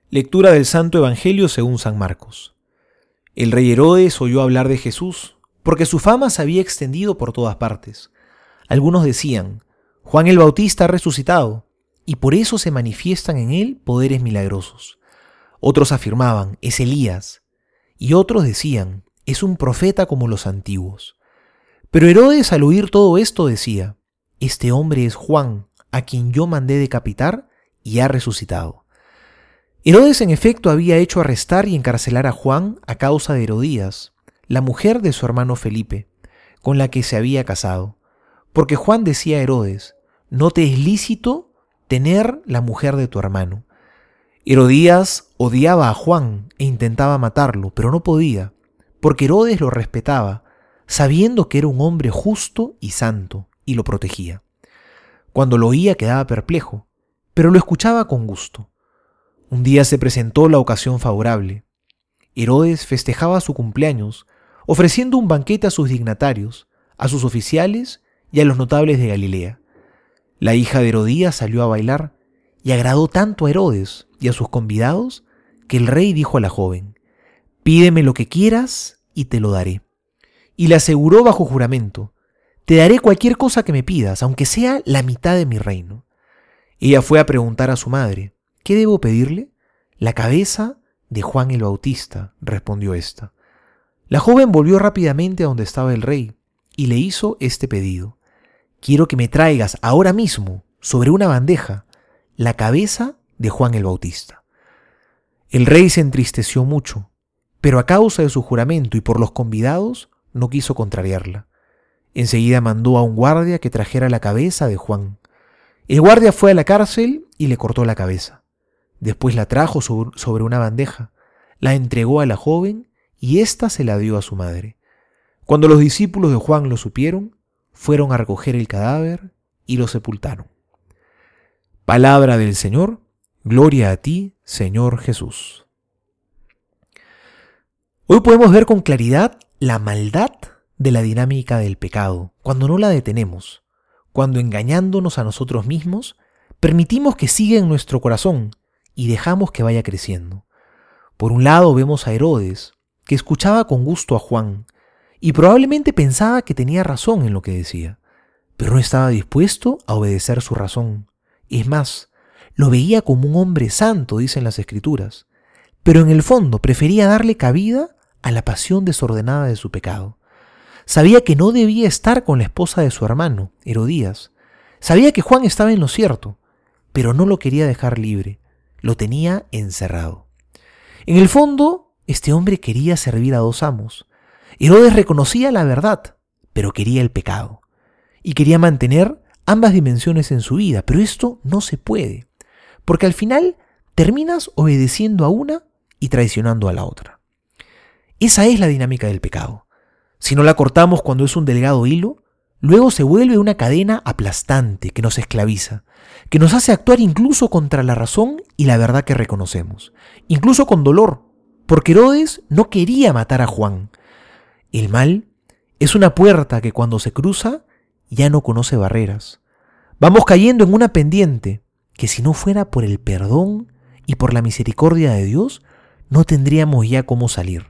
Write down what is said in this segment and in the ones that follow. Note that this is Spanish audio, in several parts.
Lectura del Santo Evangelio según San Marcos. El rey Herodes oyó hablar de Jesús, porque su fama se había extendido por todas partes. Algunos decían, Juan el Bautista ha resucitado, y por eso se manifiestan en él poderes milagrosos. Otros afirmaban, es Elías, y otros decían, es un profeta como los antiguos. Pero Herodes, al oír todo esto, decía, este hombre es Juan, a quien yo mandé decapitar, y ha resucitado. Herodes en efecto había hecho arrestar y encarcelar a Juan a causa de Herodías, la mujer de su hermano Felipe, con la que se había casado, porque Juan decía a Herodes, no te es lícito tener la mujer de tu hermano. Herodías odiaba a Juan e intentaba matarlo, pero no podía, porque Herodes lo respetaba, sabiendo que era un hombre justo y santo, y lo protegía. Cuando lo oía quedaba perplejo, pero lo escuchaba con gusto. Un día se presentó la ocasión favorable. Herodes festejaba su cumpleaños, ofreciendo un banquete a sus dignatarios, a sus oficiales y a los notables de Galilea. La hija de Herodías salió a bailar y agradó tanto a Herodes y a sus convidados que el rey dijo a la joven, pídeme lo que quieras y te lo daré. Y le aseguró bajo juramento, te daré cualquier cosa que me pidas, aunque sea la mitad de mi reino. Ella fue a preguntar a su madre, ¿qué debo pedirle? La cabeza de Juan el Bautista, respondió ésta. La joven volvió rápidamente a donde estaba el rey y le hizo este pedido. Quiero que me traigas ahora mismo, sobre una bandeja, la cabeza de Juan el Bautista. El rey se entristeció mucho, pero a causa de su juramento y por los convidados, no quiso contrariarla. Enseguida mandó a un guardia que trajera la cabeza de Juan. El guardia fue a la cárcel y le cortó la cabeza. Después la trajo sobre una bandeja, la entregó a la joven y ésta se la dio a su madre. Cuando los discípulos de Juan lo supieron, fueron a recoger el cadáver y lo sepultaron. Palabra del Señor, gloria a ti, Señor Jesús. Hoy podemos ver con claridad la maldad de la dinámica del pecado, cuando no la detenemos, cuando engañándonos a nosotros mismos, permitimos que siga en nuestro corazón y dejamos que vaya creciendo. Por un lado vemos a Herodes, que escuchaba con gusto a Juan, y probablemente pensaba que tenía razón en lo que decía, pero no estaba dispuesto a obedecer su razón. Es más, lo veía como un hombre santo, dicen las Escrituras, pero en el fondo prefería darle cabida a la pasión desordenada de su pecado. Sabía que no debía estar con la esposa de su hermano, Herodías. Sabía que Juan estaba en lo cierto, pero no lo quería dejar libre. Lo tenía encerrado. En el fondo, este hombre quería servir a dos amos. Herodes reconocía la verdad, pero quería el pecado. Y quería mantener ambas dimensiones en su vida, pero esto no se puede, porque al final terminas obedeciendo a una y traicionando a la otra. Esa es la dinámica del pecado. Si no la cortamos cuando es un delgado hilo, luego se vuelve una cadena aplastante que nos esclaviza, que nos hace actuar incluso contra la razón y la verdad que reconocemos, incluso con dolor, porque Herodes no quería matar a Juan. El mal es una puerta que cuando se cruza ya no conoce barreras. Vamos cayendo en una pendiente que si no fuera por el perdón y por la misericordia de Dios, no tendríamos ya cómo salir.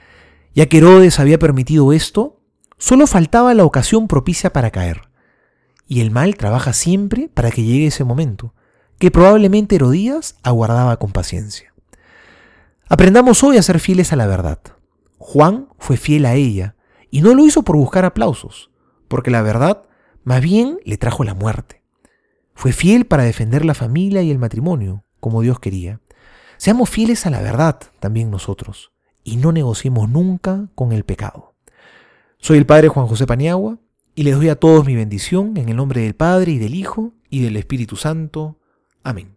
Ya que Herodes había permitido esto, solo faltaba la ocasión propicia para caer. Y el mal trabaja siempre para que llegue ese momento, que probablemente Herodías aguardaba con paciencia. Aprendamos hoy a ser fieles a la verdad. Juan fue fiel a ella, y no lo hizo por buscar aplausos, porque la verdad más bien le trajo la muerte. Fue fiel para defender la familia y el matrimonio, como Dios quería. Seamos fieles a la verdad también nosotros, y no negociemos nunca con el pecado. Soy el Padre Juan José Paniagua, y les doy a todos mi bendición en el nombre del Padre y del Hijo y del Espíritu Santo. Amén.